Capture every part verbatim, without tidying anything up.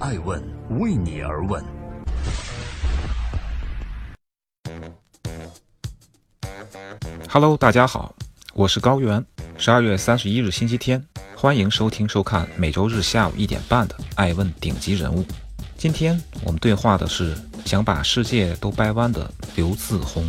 爱问为你而问。 Hello， 大家好，我是高原。十二月三十一日星期天，欢迎收听收看每周日下午一点半的爱问顶级人物。今天我们对话的是想把世界都掰弯的刘自宏。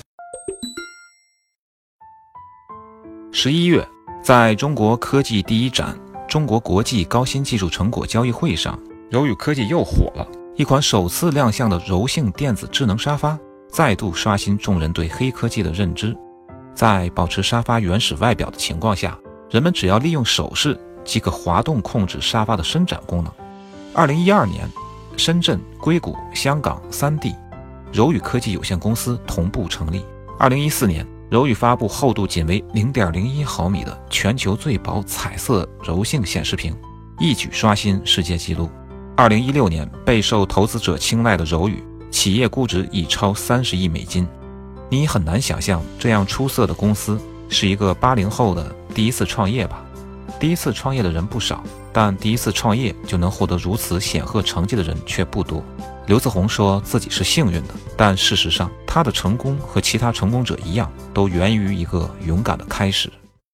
十一月，在中国科技第一展中国国际高新技术成果交易会上，柔宇科技又火了。一款首次亮相的柔性电子智能沙发，再度刷新众人对黑科技的认知。在保持沙发原始外表的情况下，人们只要利用手势即可滑动控制沙发的伸展功能。二零一二年，深圳、硅谷、香港三地柔宇科技有限公司同步成立。二零一四年，柔宇发布厚度仅为 零点零一毫米的全球最薄彩色柔性显示屏，一举刷新世界纪录。二零一六年，备受投资者青睐的柔宇企业估值已超三十亿美金。你很难想象这样出色的公司是一个八零后的第一次创业吧？第一次创业的人不少，但第一次创业就能获得如此显赫成绩的人却不多。刘自宏说自己是幸运的，但事实上他的成功和其他成功者一样，都源于一个勇敢的开始。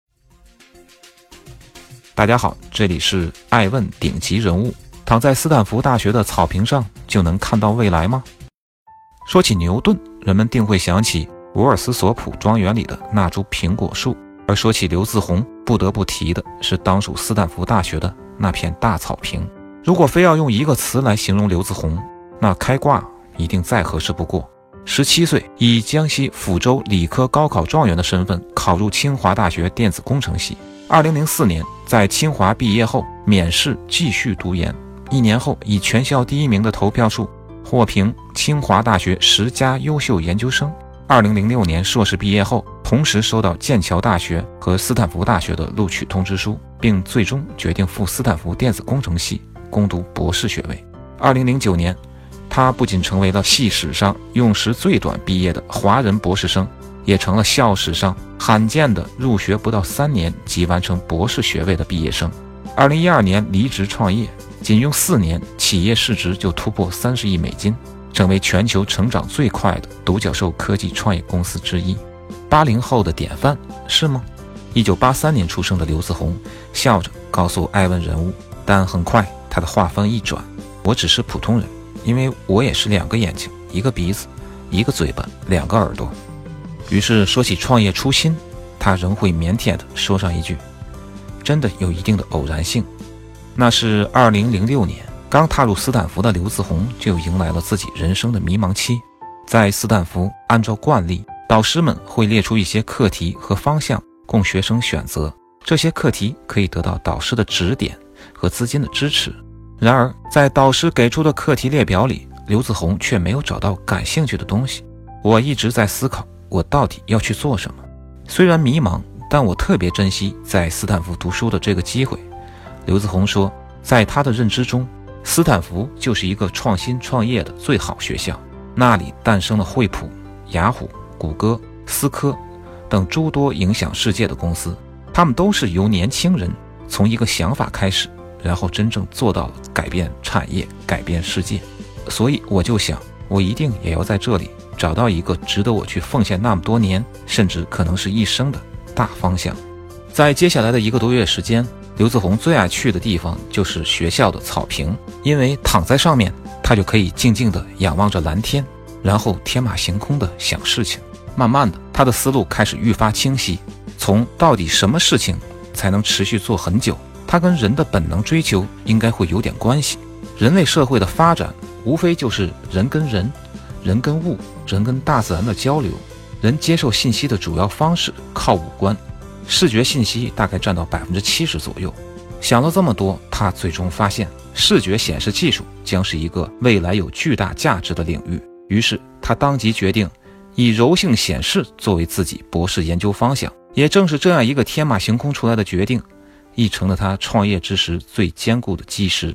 大家好，这里是爱问顶级人物。躺在斯坦福大学的草坪上就能看到未来吗？说起牛顿，人们定会想起沃尔斯索普庄园里的那株苹果树，而说起刘自宏，不得不提的是当属斯坦福大学的那片大草坪。如果非要用一个词来形容刘自宏，那开挂一定再合适不过。十七岁，以江西抚州理科高考状元的身份考入清华大学电子工程系。二零零四年，在清华毕业后免试继续读研，一年后以全校第一名的投票数获评清华大学十佳优秀研究生。二零零六年硕士毕业后，同时收到剑桥大学和斯坦福大学的录取通知书，并最终决定赴斯坦福电子工程系攻读博士学位。二零零九年，他不仅成为了系史上用时最短毕业的华人博士生，也成了校史上罕见的入学不到三年即完成博士学位的毕业生。二零一二年离职创业，仅用四年，企业市值就突破三十亿美金，成为全球成长最快的独角兽科技创业公司之一。八零后的典范是吗？一九八三年出生的刘自宏笑着告诉爱问人物，但很快他的话锋一转，我只是普通人，因为我也是两个眼睛，一个鼻子，一个嘴巴，两个耳朵。于是说起创业初心，他仍会腼腆地说上一句，真的有一定的偶然性。那是二零零六年，刚踏入斯坦福的刘自宏就迎来了自己人生的迷茫期。在斯坦福，按照惯例，导师们会列出一些课题和方向供学生选择，这些课题可以得到导师的指点和资金的支持。然而在导师给出的课题列表里，刘自宏却没有找到感兴趣的东西。我一直在思考，我到底要去做什么。虽然迷茫，但我特别珍惜在斯坦福读书的这个机会。刘自宏说，在他的认知中，斯坦福就是一个创新创业的最好学校，那里诞生了惠普、雅虎、谷歌、思科等诸多影响世界的公司，他们都是由年轻人从一个想法开始，然后真正做到了改变产业、改变世界。所以我就想，我一定也要在这里找到一个值得我去奉献那么多年，甚至可能是一生的大方向。在接下来的一个多月时间，刘自宏最爱去的地方就是学校的草坪，因为躺在上面，他就可以静静地仰望着蓝天，然后天马行空地想事情。慢慢的，他的思路开始愈发清晰，从到底什么事情才能持续做很久，它跟人的本能追求应该会有点关系。人类社会的发展无非就是人跟人、人跟物、人跟大自然的交流。人接受信息的主要方式靠五官，视觉信息大概占到 百分之七十 左右。想了这么多，他最终发现视觉显示技术将是一个未来有巨大价值的领域。于是他当即决定以柔性显示作为自己博士研究方向。也正是这样一个天马行空出来的决定，亦成了他创业之时最坚固的基石。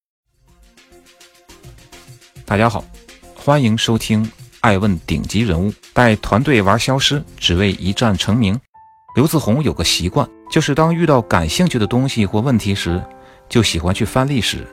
大家好，欢迎收听爱问顶级人物，带团队玩消失，只为一战成名。刘自宏有个习惯，就是当遇到感兴趣的东西或问题时，就喜欢去翻历史，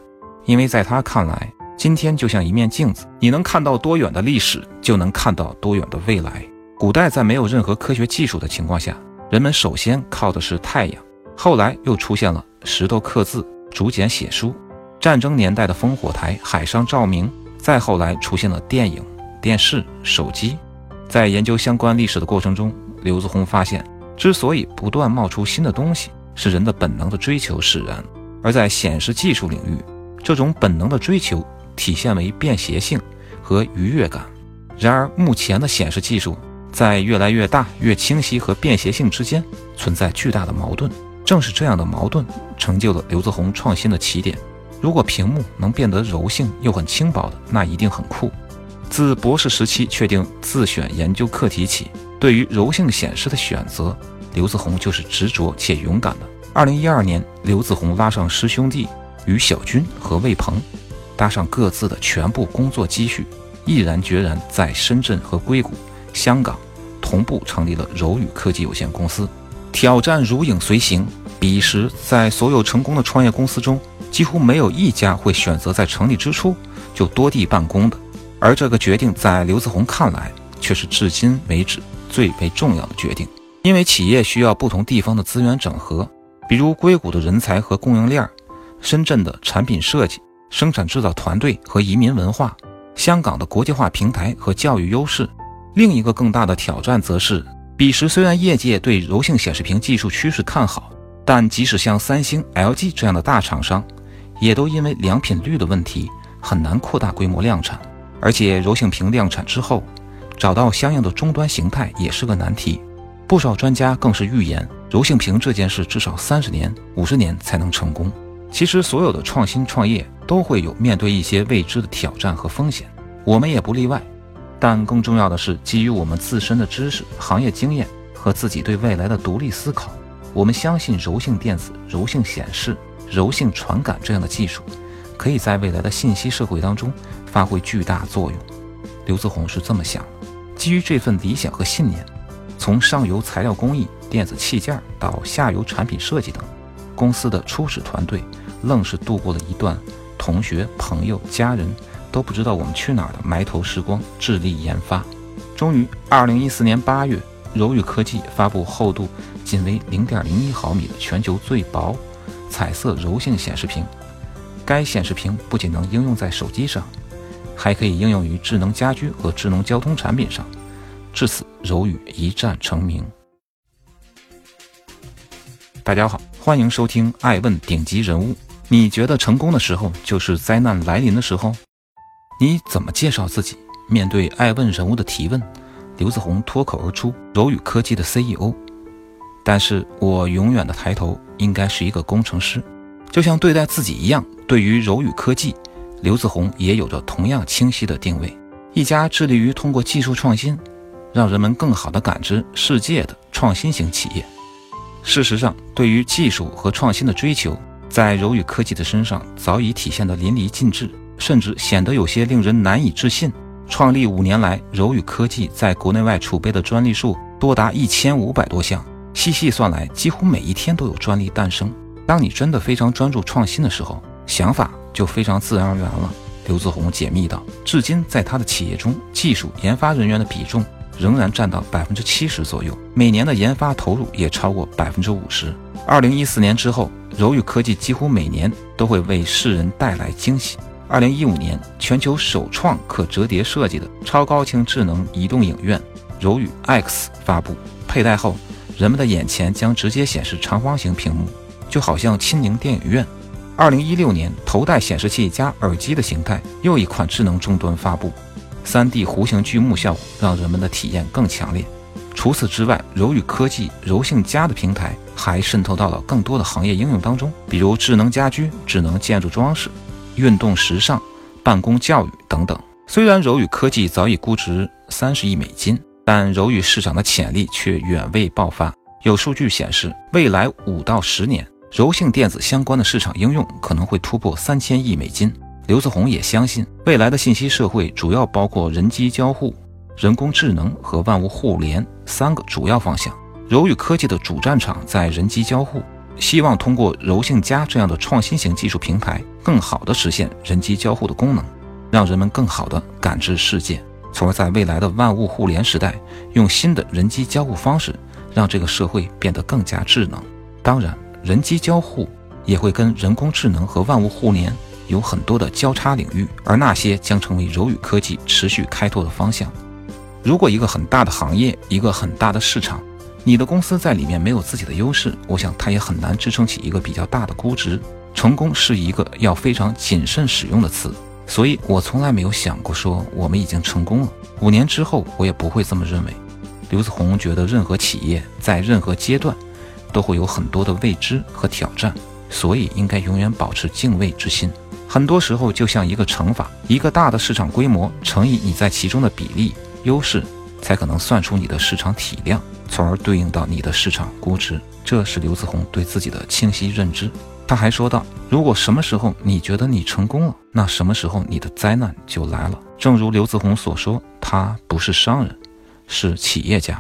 因为在他看来，今天就像一面镜子，你能看到多远的历史，就能看到多远的未来。古代在没有任何科学技术的情况下，人们首先靠的是太阳，后来又出现了石头刻字、竹简写书，战争年代的烽火台、海上照明，再后来出现了电影、电视、手机。在研究相关历史的过程中，刘子宏发现，之所以不断冒出新的东西，是人的本能的追求使然。而在显示技术领域，这种本能的追求体现为便携性和愉悦感。然而目前的显示技术在越来越大、越清晰和便携性之间存在巨大的矛盾，正是这样的矛盾成就了刘子宏创新的起点。如果屏幕能变得柔性又很轻薄的，那一定很酷。自博士时期确定自选研究课题起，对于柔性显示的选择，刘子宏就是执着且勇敢的。二零一二年，刘子宏拉上师兄弟于小军和魏鹏，搭上各自的全部工作积蓄，毅然决然在深圳和硅谷、香港同步成立了柔宇科技有限公司，挑战如影随形。彼时，在所有成功的创业公司中，几乎没有一家会选择在成立之初就多地办公的。而这个决定在刘子宏看来，却是至今为止最为重要的决定。因为企业需要不同地方的资源整合，比如硅谷的人才和供应链，深圳的产品设计、生产制造团队和移民文化，香港的国际化平台和教育优势。另一个更大的挑战则是，彼时虽然业界对柔性显示屏技术趋势看好，但即使像三星、L G 这样的大厂商，也都因为良品率的问题很难扩大规模量产。而且柔性屏量产之后，找到相应的终端形态也是个难题。不少专家更是预言，柔性屏这件事至少三十年、五十年才能成功。其实所有的创新创业都会有面对一些未知的挑战和风险，我们也不例外。但更重要的是，基于我们自身的知识、行业经验和自己对未来的独立思考，我们相信柔性电子、柔性显示、柔性传感这样的技术，可以在未来的信息社会当中发挥巨大作用。刘子宏是这么想的。基于这份理想和信念，从上游材料工艺、电子器件到下游产品设计等，公司的初始团队愣是度过了一段同学、朋友、家人都不知道我们去哪儿的埋头时光，致力研发。终于二零一四年八月，柔宇科技发布厚度仅为 零点零一毫米的全球最薄彩色柔性显示屏。该显示屏不仅能应用在手机上，还可以应用于智能家居和智能交通产品上，至此柔宇一战成名。大家好，欢迎收听爱问顶级人物。你觉得成功的时候就是灾难来临的时候？你怎么介绍自己？面对爱问人物的提问，刘子宏脱口而出：柔宇科技的 C E O。 但是我永远的抬头应该是一个工程师。就像对待自己一样，对于柔宇科技，刘子宏也有着同样清晰的定位，一家致力于通过技术创新让人们更好地感知世界的创新型企业。事实上，对于技术和创新的追求，在柔宇科技的身上早已体现得淋漓尽致，甚至显得有些令人难以置信。创立五年来，柔宇科技在国内外储备的专利数多达一千五百多项，细细算来，几乎每一天都有专利诞生。当你真的非常专注创新的时候，想法就非常自然而然了。刘子宏解密道，至今在他的企业中，技术研发人员的比重仍然占到 百分之七十 左右，每年的研发投入也超过 百分之五十。 二零一四年之后，柔宇科技几乎每年都会为世人带来惊喜。二零一五年，全球首创可折叠设计的超高清智能移动影院柔宇 X 发布，佩戴后人们的眼前将直接显示长方形屏幕，就好像亲临电影院。二零一六年，头戴显示器加耳机的形态又一款智能终端发布， 三 D 弧形巨幕效果让人们的体验更强烈。除此之外，柔宇科技柔性家的平台还渗透到了更多的行业应用当中，比如智能家居、智能建筑装饰、运动时尚、办公教育等等。虽然柔宇科技早已估值三十亿美金，但柔宇市场的潜力却远未爆发。有数据显示，未来五到十年，柔性电子相关的市场应用可能会突破三千亿美金。刘子宏也相信，未来的信息社会主要包括人机交互、人工智能和万物互联三个主要方向。柔宇科技的主战场在人机交互， 希望通过柔性加这样的创新型技术平台，更好地实现人机交互的功能，让人们更好地感知世界，从而在未来的万物互联时代，用新的人机交互方式，让这个社会变得更加智能。当然，人机交互也会跟人工智能和万物互联有很多的交叉领域，而那些将成为柔宇科技持续开拓的方向。如果一个很大的行业，一个很大的市场，你的公司在里面没有自己的优势，我想它也很难支撑起一个比较大的估值。成功是一个要非常谨慎使用的词，所以我从来没有想过说我们已经成功了。五年之后，我也不会这么认为。刘子宏觉得任何企业在任何阶段都会有很多的未知和挑战，所以应该永远保持敬畏之心。很多时候就像一个乘法，一个大的市场规模乘以你在其中的比例优势，才可能算出你的市场体量，从而对应到你的市场估值。这是刘子宏对自己的清晰认知。他还说到，如果什么时候你觉得你成功了，那什么时候你的灾难就来了。正如刘子宏所说，他不是商人，是企业家。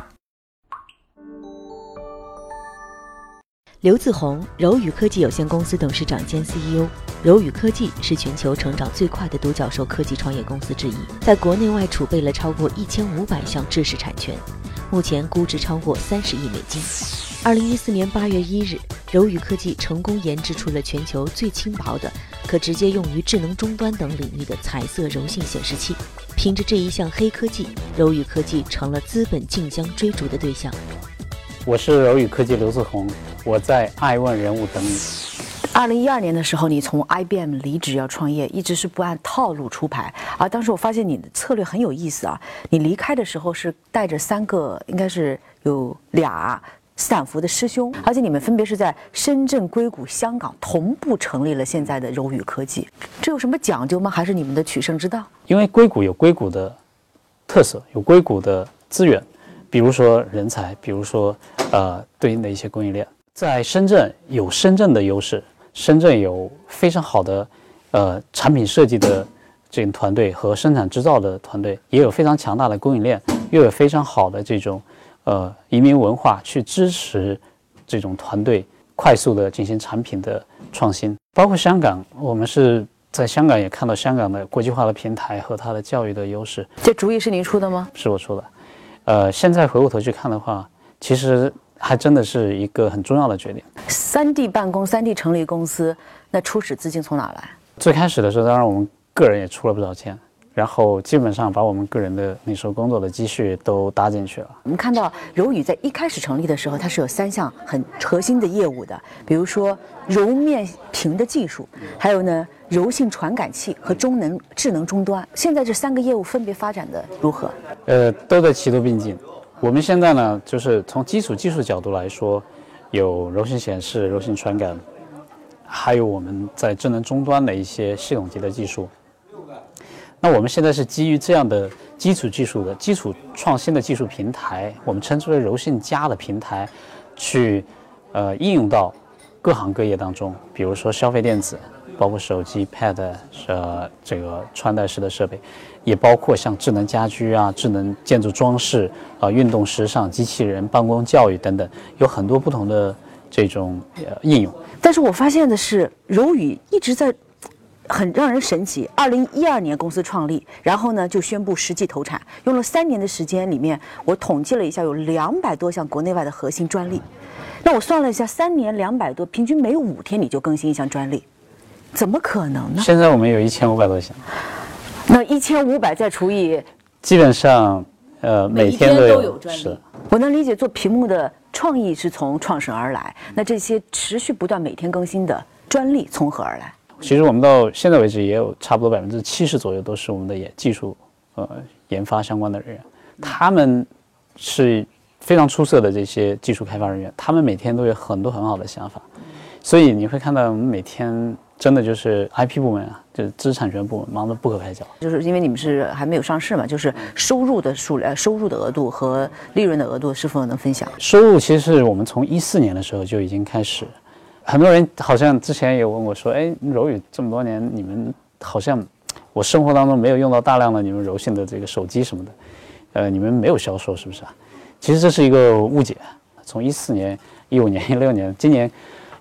刘自宏，柔宇科技有限公司董事长兼 C E O。柔宇科技是全球成长最快的独角兽科技创业公司之一，在国内外储备了超过一千五百项知识产权，目前估值超过三十亿美金。二零一四年八月一日，柔宇科技成功研制出了全球最轻薄的、可直接用于智能终端等领域的彩色柔性显示器。凭着这一项黑科技，柔宇科技成了资本竞相追逐的对象。 我是柔宇科技刘自宏，我在爱问人物等你。 二零一二年的时候，你从 I B M 离职要创业，一直是不按套路出牌。而当时我发现你的策略很有意思啊，你离开的时候是带着三个，应该是有俩斯坦福的师兄，而且你们分别是在深圳、硅谷、香港同步成立了现在的柔宇科技。这有什么讲究吗？还是你们的取胜之道？ 因为硅谷有硅谷的特色，有硅谷的资源，比如说人才，比如说呃对应的一些供应链。在深圳有深圳的优势，深圳有非常好的呃产品设计的这种团队和生产制造的团队，也有非常强大的供应链，又有非常好的这种呃移民文化去支持这种团队快速的进行产品的创新。包括香港，我们是在香港也看到香港的国际化的平台和它的教育的优势。 这主意是您出的吗？ 是我出的。呃，现在回过头去看的话，其实还真的是一个很重要的决定。 三地办公，三地成立公司，那初始资金从哪来？ 最开始的时候，当然我们个人也出了不少钱，然后基本上把我们个人的那时候工作的积蓄都搭进去了。 我们看到柔宇在一开始成立的时候，它是有三项很核心的业务的，比如说柔面屏的技术，还有呢柔性传感器和中能智能终端。现在这三个业务分别发展的如何？ 呃，都在齐头并进。我们现在呢，就是从基础技术角度来说，有柔性显示、柔性传感，还有我们在智能终端的一些系统级的技术。那我们现在是基于这样的基础技术的基础创新的技术平台，我们称之为柔性加的平台，去呃应用到各行各业当中，比如说消费电子，包括手机、Pad， 呃这个穿戴式的设备，也包括像智能家居啊、智能建筑装饰啊、呃、运动时尚、机器人、办公教育等等，有很多不同的这种呃应用。 但是我发现的是，柔宇一直在很让人神奇。二零一二年公司创立，然后呢就宣布实际投产，用了三年的时间里面，我统计了一下，有两百多项国内外的核心专利。那我算了一下，三年两百多，平均每五天你就更新一项专利，怎么可能呢？ 现在我们有一千五百多项。 那一千五百再除以， 基本上，呃，每天都有。 都有专利。我能理解做屏幕的创意是从创始而来，那这些持续不断每天更新的专利从何而来？ 其实我们到现在为止也有差不多百分之七十左右都是我们的技术呃研发相关的人员，他们是非常出色的这些技术开发人员，他们每天都有很多很好的想法，所以你会看到我们每天真的就是 I P 部门啊，就是知识产权部门忙得不可开交。 就是因为你们是还没有上市嘛，就是收入的数量、收入的额度和利润的额度是否能分享？ 收入其实我们从一四年的时候就已经开始。很多人好像之前也问我说，哎，柔宇这么多年，你们好像我生活当中没有用到大量的你们柔性的这个手机什么的，呃，你们没有销售是不是啊？其实这是一个误解。从一四年、一五年、一六年，今年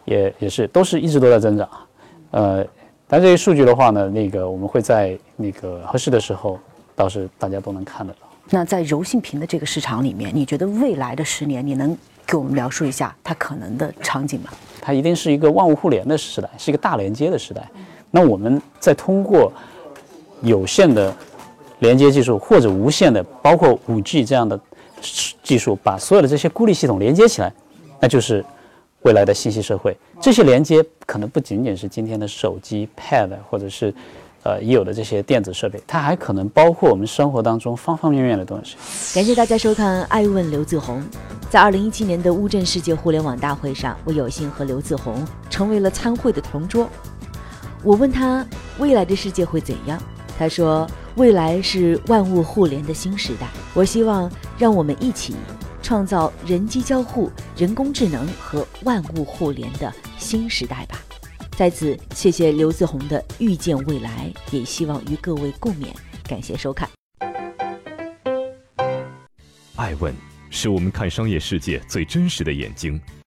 也也是都是一直都在增长。呃，但这些数据的话呢，那个我们会在那个合适的时候，倒是大家都能看得到。 那在柔性屏的这个市场里面，你觉得未来的十年，你能给我们描述一下它可能的场景吗？ 它一定是一个万物互联的时代，是一个大连接的时代。那我们再通过有线的连接技术或者无线的，包括 五 G 这样的技术，把所有的这些孤立系统连接起来，那就是未来的信息社会。这些连接可能不仅仅是今天的手机、Pad 或者是呃已有的这些电子设备，它还可能包括我们生活当中方方面面的东西。 感谢大家收看《爱问刘自宏》。在二零一七年的乌镇世界互联网大会上，我有幸和刘自宏成为了参会的同桌。我问他未来的世界会怎样，他说未来是万物互联的新时代。我希望让我们一起创造人机交互、人工智能和万物互联的新时代吧。在此谢谢刘自宏的预见未来，也希望与各位共勉。感谢收看。 爱问是我们看商业世界最真实的眼睛。